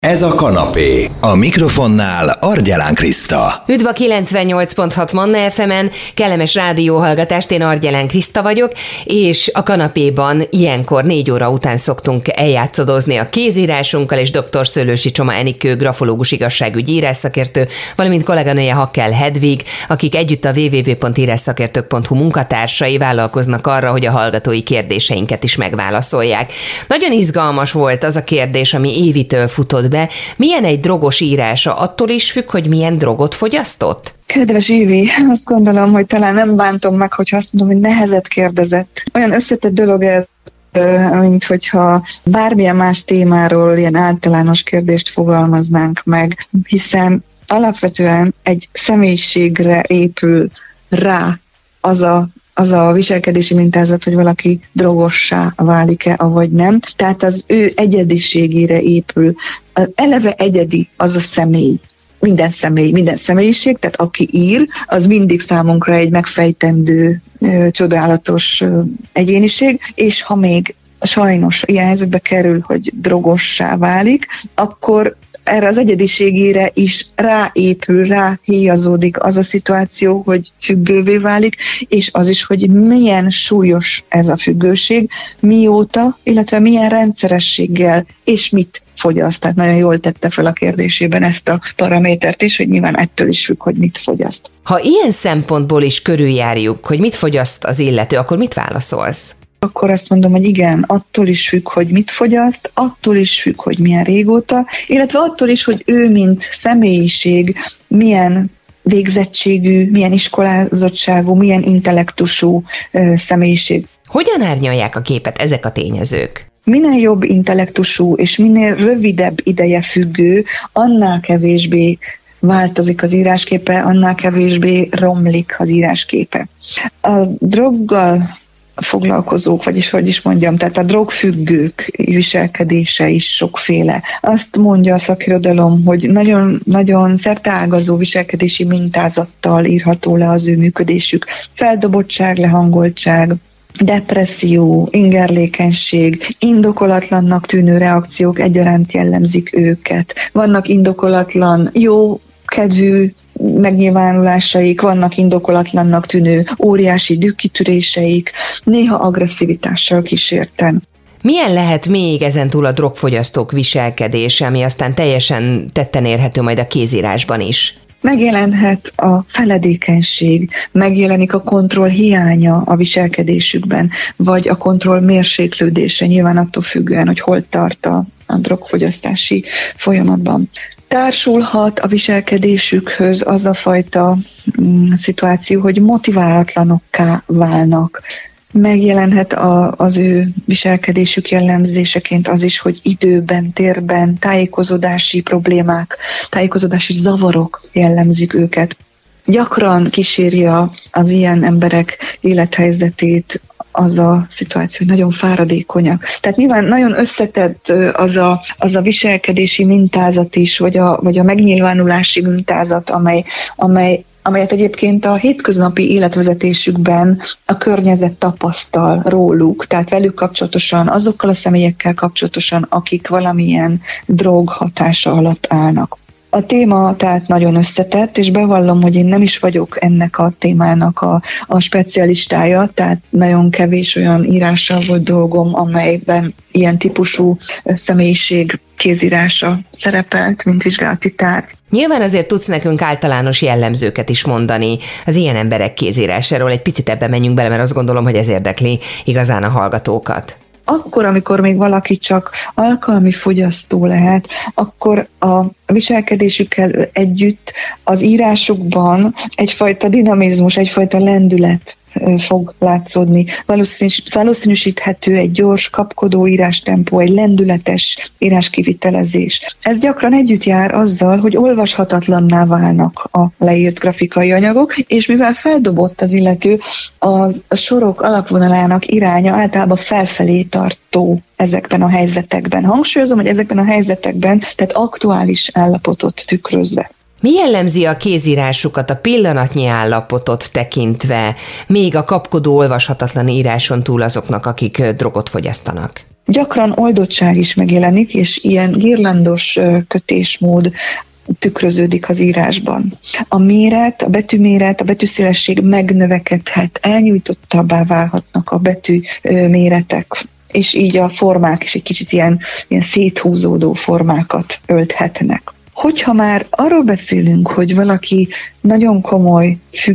Ez a kanapé. A mikrofonnál Argyelán Kriszta. Üdv a 98.6 Manna FM-en, kellemes rádióhallgatást, én Argyelán Kriszta vagyok, és a kanapéban ilyenkor 4 óra után szoktunk eljátszadozni a kézírásunkkal, és dr. Szőlősi Csoma Enikő, grafológus, igazságügyi írásszakértő, valamint kolléganője Hakkel Hedvig, akik együtt a www.írásszakértők.hu munkatársai vállalkoznak arra, hogy a hallgatói kérdéseinket is megválaszolják. Nagyon izgalmas volt az a kérdés, ami Évitől futott be. Milyen egy drogos írása? Attól is függ, hogy milyen drogot fogyasztott? Kedves Évi, azt gondolom, hogy talán nem bántom meg, hogyha azt mondom, hogy nehezet kérdezett. Olyan összetett dolog ez, mint hogyha bármilyen más témáról ilyen általános kérdést fogalmaznánk meg, hiszen alapvetően egy személyiségre épül rá az a viselkedési mintázat, hogy valaki drogossá válik-e, avagy nem. Tehát az ő egyediségére épül. Az eleve egyedi az a személy. Minden személyiség, tehát aki ír, az mindig számunkra egy megfejtendő, csodálatos egyéniség, és ha még sajnos ilyen helyzetbe kerül, hogy drogossá válik, akkor erre az egyediségére is ráépül, ráhéjazódik az a szituáció, hogy függővé válik, és az is, hogy milyen súlyos ez a függőség, mióta, illetve milyen rendszerességgel, és mit fogyaszt. Tehát nagyon jól tette fel a kérdésében ezt a paramétert is, hogy nyilván ettől is függ, hogy mit fogyaszt. Ha ilyen szempontból is körüljárjuk, hogy mit fogyaszt az illető, akkor mit válaszolsz? Akkor azt mondom, hogy igen, attól is függ, hogy mit fogyaszt, attól is függ, hogy milyen régóta, illetve attól is, hogy ő, mint személyiség, milyen végzettségű, milyen iskolázottságú, milyen intellektusú személyiség. Hogyan árnyalják a képet ezek a tényezők? Minél jobb intellektusú és minél rövidebb ideje függő, annál kevésbé változik az írásképe, annál kevésbé romlik az írásképe. A droggal foglalkozók, tehát a drogfüggők viselkedése is sokféle. Azt mondja a szakirodalom, hogy nagyon szerteágazó viselkedési mintázattal írható le az ő működésük. Feldobottság, lehangoltság, depresszió, ingerlékenység, indokolatlannak tűnő reakciók egyaránt jellemzik őket. Vannak indokolatlan, jó kedvű megnyilvánulásaik, vannak indokolatlannak tűnő óriási dühkitöréseik, néha agresszivitással kísérten. Milyen lehet még ezentúl a drogfogyasztók viselkedése, ami aztán teljesen tetten érhető majd a kézírásban is? Megjelenhet a feledékenység, megjelenik a kontroll hiánya a viselkedésükben, vagy a kontroll mérséklődése, nyilván attól függően, hogy hol tart a drogfogyasztási folyamatban. Társulhat a viselkedésükhöz az a fajta szituáció, hogy motiválatlanokká válnak. Megjelenhet az ő viselkedésük jellemzéseként az is, hogy időben, térben tájékozódási problémák, tájékozódási zavarok jellemzik őket. Gyakran kíséri az ilyen emberek élethelyzetét az a szituáció, hogy nagyon fáradékonyak. Tehát nyilván nagyon összetett az a viselkedési mintázat is, vagy a megnyilvánulási mintázat, amelyet egyébként a hétköznapi életvezetésükben a környezet tapasztal róluk, tehát velük kapcsolatosan, azokkal a személyekkel kapcsolatosan, akik valamilyen drog hatása alatt állnak. A téma tehát nagyon összetett, és bevallom, hogy én nem is vagyok ennek a témának a specialistája, tehát nagyon kevés olyan írással volt dolgom, amelyben ilyen típusú személyiség kézírása szerepelt, mint vizsgálati tárgy. Nyilván azért tudsz nekünk általános jellemzőket is mondani az ilyen emberek kézírásáról. Egy picit ebbe menjünk bele, mert azt gondolom, hogy ez érdekli igazán a hallgatókat. Akkor, amikor még valaki csak alkalmi fogyasztó lehet, akkor a viselkedésükkel együtt az írásukban egyfajta dinamizmus, egyfajta lendület fog látszódni. Valószínűsíthető egy gyors, kapkodó írástempó, egy lendületes íráskivitelezés. Ez gyakran együtt jár azzal, hogy olvashatatlanná válnak a leírt grafikai anyagok, és mivel feldobott az illető, a sorok alapvonalának iránya általában felfelé tartó ezekben a helyzetekben. Hangsúlyozom, hogy ezekben a helyzetekben, tehát aktuális állapotot tükrözve. Mi jellemzi a kézírásukat a pillanatnyi állapotot tekintve, még a kapkodó, olvashatatlan íráson túl azoknak, akik drogot fogyasztanak? Gyakran oldottság is megjelenik, és ilyen girlandos kötésmód tükröződik az írásban. A méret, a betűméret, a betűszélesség megnövekedhet, elnyújtottabbá válhatnak a betűméretek, és így a formák is egy kicsit ilyen széthúzódó formákat ölthetnek. Hogyha már arról beszélünk, hogy valaki nagyon komoly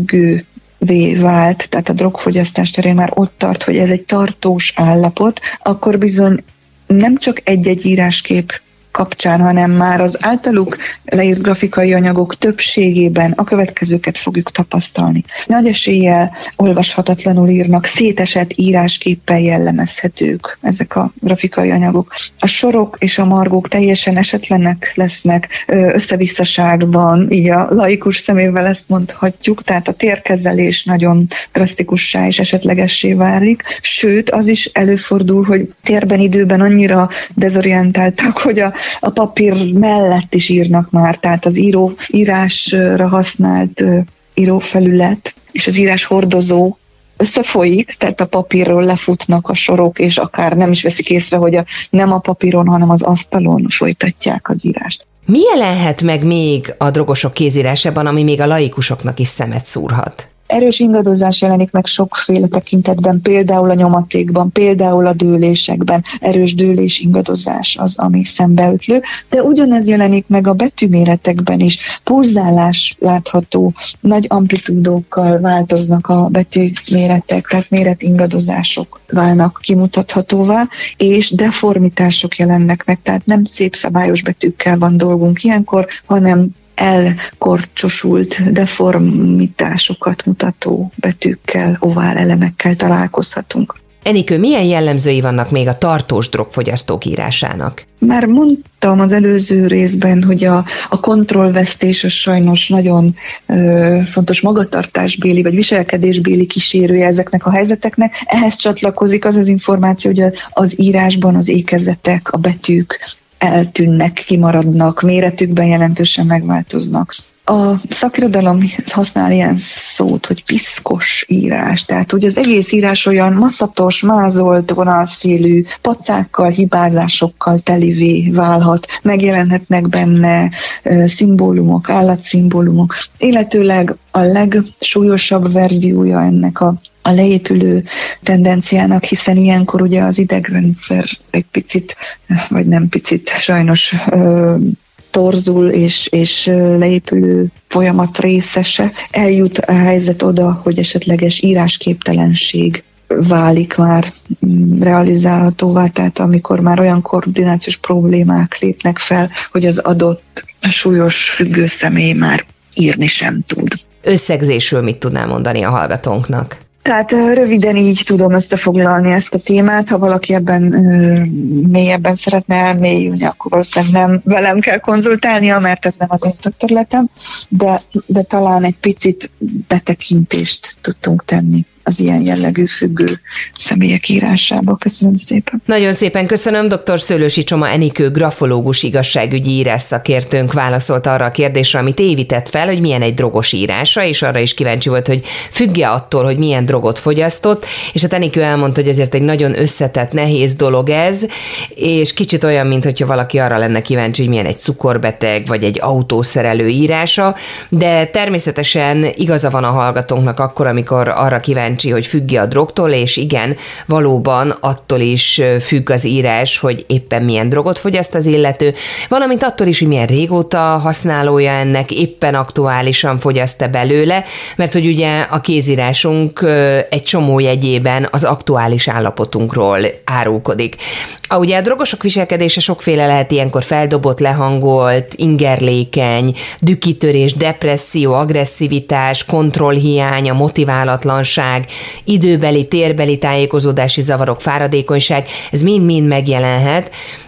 függővé vált, tehát a drogfogyasztás terén már ott tart, hogy ez egy tartós állapot, akkor bizony nem csak egy-egy íráskép kapcsán, hanem már az általuk leírt grafikai anyagok többségében a következőket fogjuk tapasztalni. Nagy eséllyel olvashatatlanul írnak, szétesett írásképpel jellemezhetők ezek a grafikai anyagok. A sorok és a margók teljesen esetlenek lesznek, összevisszaságban, így a laikus szemével ezt mondhatjuk, tehát a térkezelés nagyon drasztikussá és esetlegessé válik, sőt, az is előfordul, hogy térben, időben annyira dezorientáltak, hogy a papír mellett is írnak már, tehát az írásra használt írófelület és az írás hordozó összefolyik, tehát a papírról lefutnak a sorok, és akár nem is veszik észre, hogy nem a papíron, hanem az asztalon folytatják az írást. Mi jelenhet meg még a drogosok kézírásában, ami még a laikusoknak is szemet szúrhat? Erős ingadozás jelenik meg sokféle tekintetben, például a nyomatékban, például a dőlésekben. Erős dőlés, ingadozás az, ami szembeötlő, de ugyanez jelenik meg a betűméretekben is. Pulzálás látható, nagy amplitúdókkal változnak a betűméretek, tehát méretingadozások válnak kimutathatóvá, és deformitások jelennek meg, tehát nem szép szabályos betűkkel van dolgunk ilyenkor, hanem elkorcsosult deformitásokat mutató betűkkel, ovál elemekkel találkozhatunk. Enikő, milyen jellemzői vannak még a tartós drogfogyasztók írásának? Már mondtam az előző részben, hogy a kontrollvesztés az sajnos nagyon fontos magatartásbéli vagy viselkedésbéli kísérője ezeknek a helyzeteknek. Ehhez csatlakozik az információ, hogy az írásban az ékezetek, a betűk eltűnnek, kimaradnak, méretükben jelentősen megváltoznak. A szakirodalom használ ilyen szót, hogy piszkos írás, tehát ugye az egész írás olyan masszatos, mázolt, vonalszélű, pacákkal, hibázásokkal telivé válhat, megjelenhetnek benne szimbólumok, állatszimbólumok, illetőleg a legsúlyosabb verziója ennek a leépülő tendenciának, hiszen ilyenkor ugye az idegrendszer egy picit, vagy nem picit, sajnos torzul és leépülő folyamat részese, eljut a helyzet oda, hogy esetleges írásképtelenség válik már realizálhatóvá, tehát amikor már olyan koordinációs problémák lépnek fel, hogy az adott súlyos függő személy már írni sem tud. Összegzésről mit tudnál mondani a hallgatónknak? Tehát röviden így tudom összefoglalni ezt a témát, ha valaki ebben mélyebben szeretne elmélyülni, akkor valószínűleg nem velem kell konzultálnia, mert ez nem az én szakterületem, de talán egy picit betekintést tudtunk tenni az ilyen jellegű függő személyek írásába. Köszönöm szépen. Nagyon szépen köszönöm. Dr. Szőlősi Csoma Enikő grafológus, igazságügyi írásszakértőnk válaszolt arra a kérdésre, amit Évi tett fel, hogy milyen egy drogos írása, és arra is kíváncsi volt, hogy függ-e attól, hogy milyen drogot fogyasztott, és hát Enikő elmondta, hogy ezért egy nagyon összetett, nehéz dolog ez, és kicsit olyan, mintha valaki arra lenne kíváncsi, hogy milyen egy cukorbeteg, vagy egy autószerelő írása, de természetesen igaza van a hallgatónknak akkor, amikor arra kíváncsi, hogy függ-e a drogtól, és igen, valóban attól is függ az írás, hogy éppen milyen drogot fogyaszt az illető, valamint attól is, hogy milyen régóta használója ennek, éppen aktuálisan fogyaszt-e belőle, mert hogy ugye a kézírásunk egy csomó jegyében az aktuális állapotunkról árulkodik. Ugye a drogosok viselkedése sokféle lehet, ilyenkor feldobott, lehangolt, ingerlékeny, dühkitörés, depresszió, agresszivitás, kontrollhiány, motiválatlanság, időbeli, térbeli tájékozódási zavarok, fáradékonyság, ez mind-mind megjelenhet,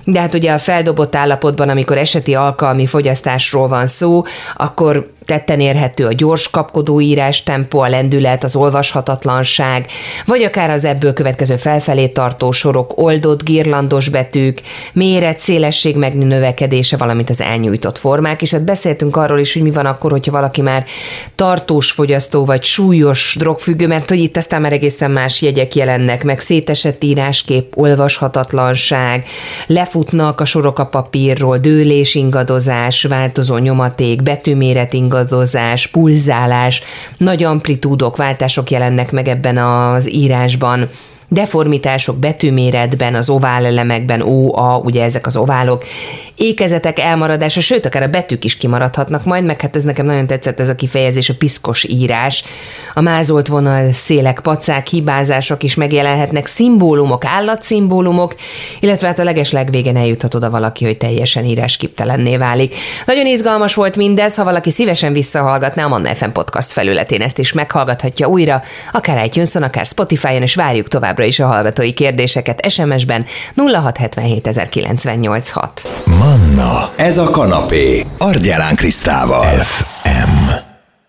de hát ugye a feldobott állapotban, amikor eseti alkalmi fogyasztásról van szó, akkor tetten érhető a gyors kapkodó írás tempó, a lendület, az olvashatatlanság, vagy akár az ebből következő felfelé tartó sorok, oldott, girlandos betűk, méret, szélesség megnövekedése, valamint az elnyújtott formák, és hát beszéltünk arról is, hogy mi van akkor, hogyha valaki már tartós fogyasztó, vagy súlyos drogfüggő, mert hogy itt aztán már egészen más jegyek jelennek meg, szétesett íráskép, olvashatatlanság, lefutnak a sorok a papírról, dőlés, ingadozás, változó nyomaték, betűméret ingadozás, pulzálás, nagy amplitúdok, váltások jelennek meg ebben az írásban, deformitások betűméretben, az ovál elemekben, O, A, ugye ezek az oválok, ékezetek elmaradása, sőt, akár a betűk is kimaradhatnak majd, meg hát ez nekem nagyon tetszett ez a kifejezés, a piszkos írás. A mázolt vonal, szélek, pacák, hibázások is megjelenhetnek, szimbólumok, állatszimbólumok, illetve hát a legeslegvégen eljuthat oda valaki, hogy teljesen írásképtelenné válik. Nagyon izgalmas volt mindez, ha valaki szívesen visszahallgatná, a Manna FM podcast felületén ezt is meghallgathatja újra, akár iTunes-on, akár Spotify-on, és várjuk továbbra is a hallgatói kérdéseket SMS-ben 0677 Manna, ez a kanapé, Argyelán Krisztával. FM.